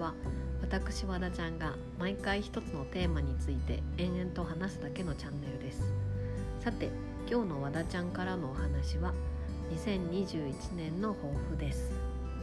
は私和田ちゃんが毎回一つのテーマについて延々と話すだけのチャンネルです。さて今日の和田ちゃんからのお話は2021年の抱負です。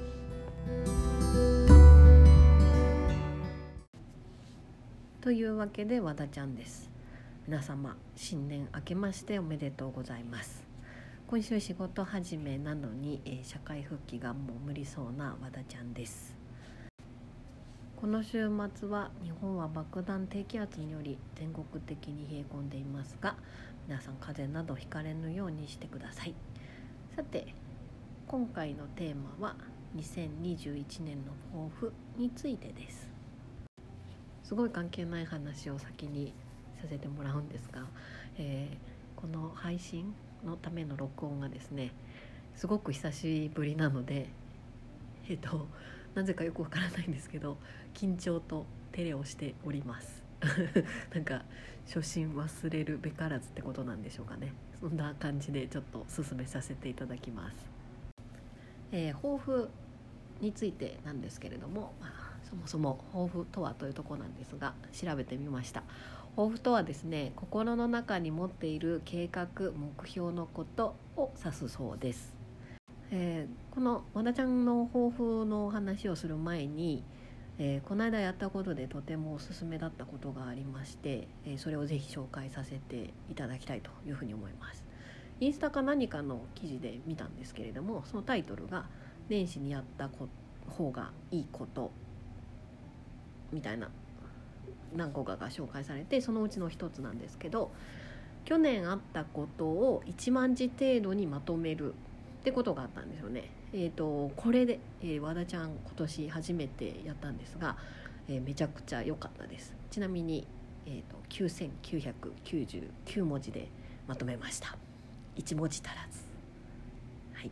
というわけで和田ちゃんです。皆様新年明けましておめでとうございます。今週仕事始めなのに、社会復帰がもう無理そうな和田ちゃんです。この週末は日本は爆弾低気圧により全国的に冷え込んでいますが、皆さん風邪などひかれぬようにしてください。さて今回のテーマは2021年の抱負についてです。すごい関係ない話を先にさせてもらうんですが、この配信のための録音がですねすごく久しぶりなのでなぜかよくわからないんですけど緊張と照れをしておりますなんか初心忘れるべからずってことなんでしょうかね。そんな感じでちょっと進めさせていただきます。抱負についてなんですけれども、そもそも抱負とはというところなんですが調べてみました。抱負とはですね、心の中に持っている計画目標のことを指すそうです。この和田ちゃんの抱負の話をする前に、この間やったことでとてもおすすめだったことがありまして、それをぜひ紹介させていただきたいというふうに思います。インスタか何かの記事で見たんですけれども、そのタイトルが年始にやった方がいいことみたいな何個かが紹介されて、そのうちの一つなんですけど、去年あったことを1万字程度にまとめるってことがあったんですよね。これで、和田ちゃん今年初めてやったんですが、めちゃくちゃ良かったです。ちなみに、9999文字でまとめました。1文字足らず。はい。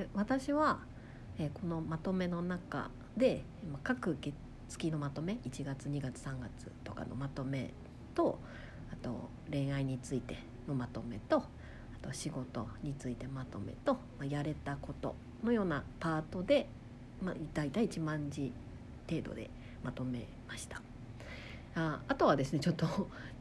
私は、このまとめの中で各月のまとめ、1月2月3月とかのまとめと、あと恋愛についてのまとめと、あと仕事についてまとめと、やれたことのようなパートで、だいたい1万字程度でまとめました。あとはですね、ちょっと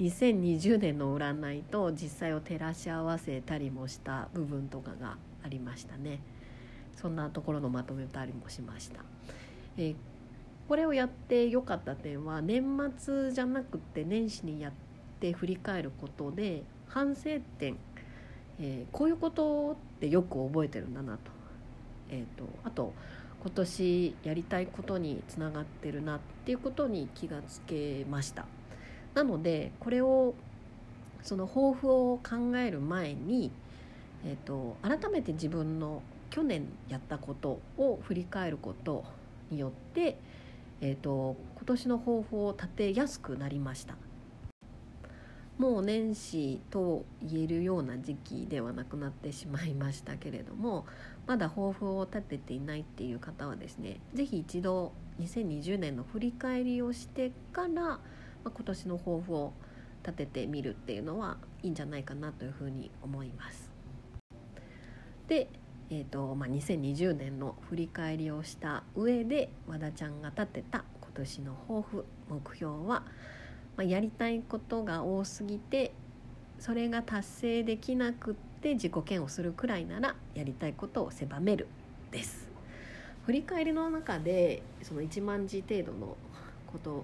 2020年の占いと実際を照らし合わせたりもした部分とかがありましたね。そんなところのまとめたりもしました。これをやって良かった点は、年末じゃなくて年始にやって振り返ることで反省点、こういうことってよく覚えてるんだなと、あと今年やりたいことにつながってるなっていうことに気がつけました。なのでこれをその抱負を考える前に、改めて自分の去年やったことを振り返ることによって、今年の抱負を立てやすくなりました。もう年始と言えるような時期ではなくなってしまいましたけれども、まだ抱負を立てていないっていう方はですね、ぜひ一度2020年の振り返りをしてから、今年の抱負を立ててみるっていうのはいいんじゃないかなというふうに思います。で、2020年の振り返りをした上で和田ちゃんが立てた今年の抱負目標は、やりたいことが多すぎてそれが達成できなくって自己嫌悪するくらいならやりたいことを狭めるです。振り返りの中でその1万字程度のこと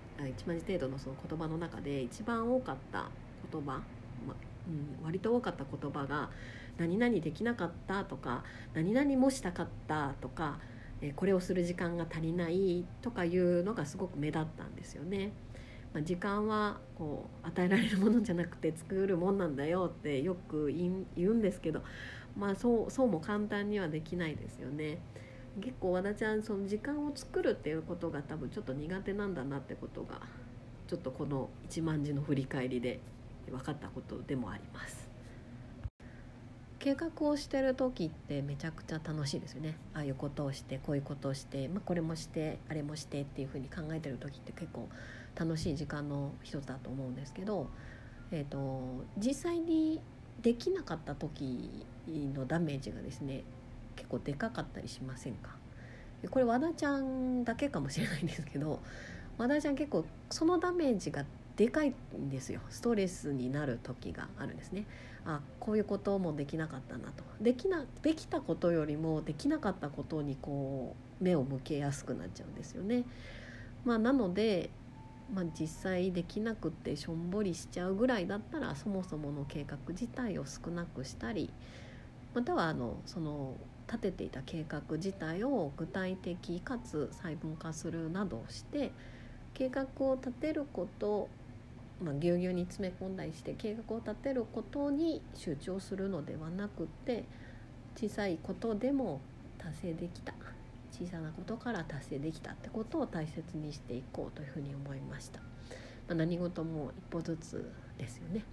1万字程度のその言葉の中で一番多かった言葉、割と多かった言葉が何々できなかったとか、何々もしたかったとか、これをする時間が足りないとかいうのがすごく目立ったんですよね。時間はこう与えられるものじゃなくて作るもんなんだよってよく言うんですけど、そうも簡単にはできないですよね。結構和田ちゃんその時間を作るっていうことが多分ちょっと苦手なんだなってことがちょっとこの1万字の振り返りで分かったことでもあります。計画をしてる時ってめちゃくちゃ楽しいですよね。ああいうことをしてこういうことをして、これもしてあれもしてっていう風に考えてる時って結構楽しい時間の一つだと思うんですけど、実際にできなかった時のダメージがですね結構でかかったりしませんか？ これ和田ちゃんだけかもしれないんですけど、和田ちゃん結構そのダメージがでかいんですよ。ストレスになる時があるんですね。こういうこともできなかったなと、できたことよりもできなかったことにこう目を向けやすくなっちゃうんですよね。なので、実際できなくってしょんぼりしちゃうぐらいだったら、そもそもの計画自体を少なくしたり、またはその立てていた計画自体を具体的かつ細分化するなどして計画を立てること、ぎゅうぎゅうに詰め込んだりして計画を立てることに集中するのではなくて、小さいことでも達成できた、小さなことから達成できたってことを大切にしていこうというふうに思いました。何事も一歩ずつですよね。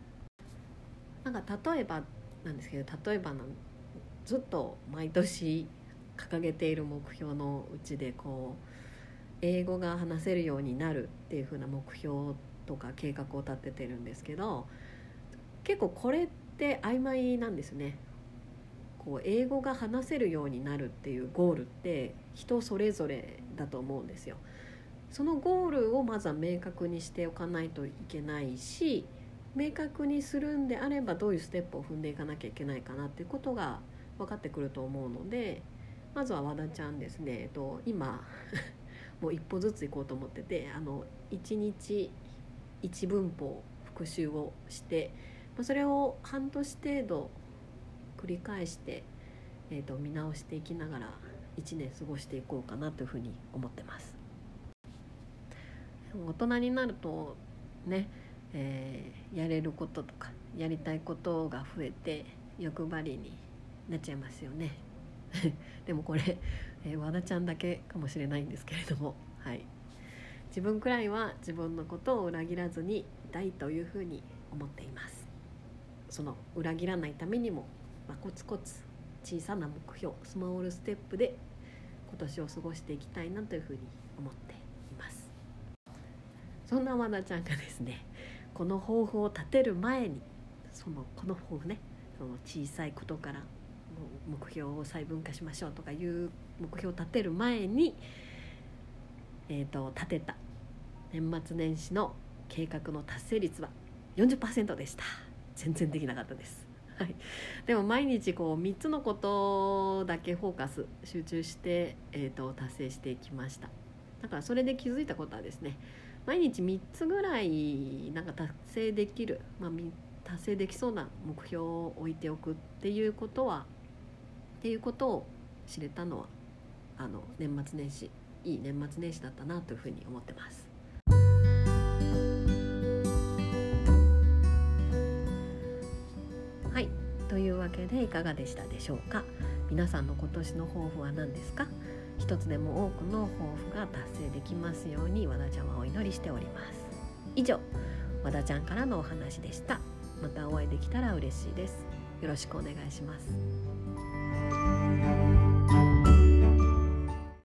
例えばなんですけど、ずっと毎年掲げている目標のうちで英語が話せるようになるっていう風な目標とか計画を立ててるんですけど、結構これって曖昧なんですね。英語が話せるようになるっていうゴールって人それぞれだと思うんですよ。そのゴールをまずは明確にしておかないといけないし、明確にするんであればどういうステップを踏んでいかなきゃいけないかなっていうことが分かってくると思うので、まずは和田ちゃんですね、今もう一歩ずつ行こうと思ってて、1日1文法復習をして、それを半年程度繰り返して、見直していきながら1年過ごしていこうかなというふうに思ってます。大人になるとね、やれることとかやりたいことが増えて欲張りになっちゃいますよねでもこれ、和田ちゃんだけかもしれないんですけれども、自分くらいは自分のことを裏切らずにいたいというふうに思っています。その裏切らないためにも、コツコツ小さな目標、スモールステップで今年を過ごしていきたいなというふうに思っています。そんな和田ちゃんがですね、この抱負を立てる前に、この抱負ね、その小さいことから目標を細分化しましょうとかいう目標を立てる前に、立てた年末年始の計画の達成率は 40% でした。全然できなかったです。でも毎日3つのことだけフォーカス集中して、達成していきました。だからそれで気づいたことはですね、毎日3つぐらい達成できる、達成できそうな目標を置いておくっていうことを知れたのは年末年始、いい年末年始だったなというふうに思ってます。というわけでいかがでしたでしょうか。皆さんの今年の抱負は何ですか。一つでも多くの抱負が達成できますように和田ちゃんはお祈りしております。以上、和田ちゃんからのお話でした。またお会いできたら嬉しいです。よろしくお願いします。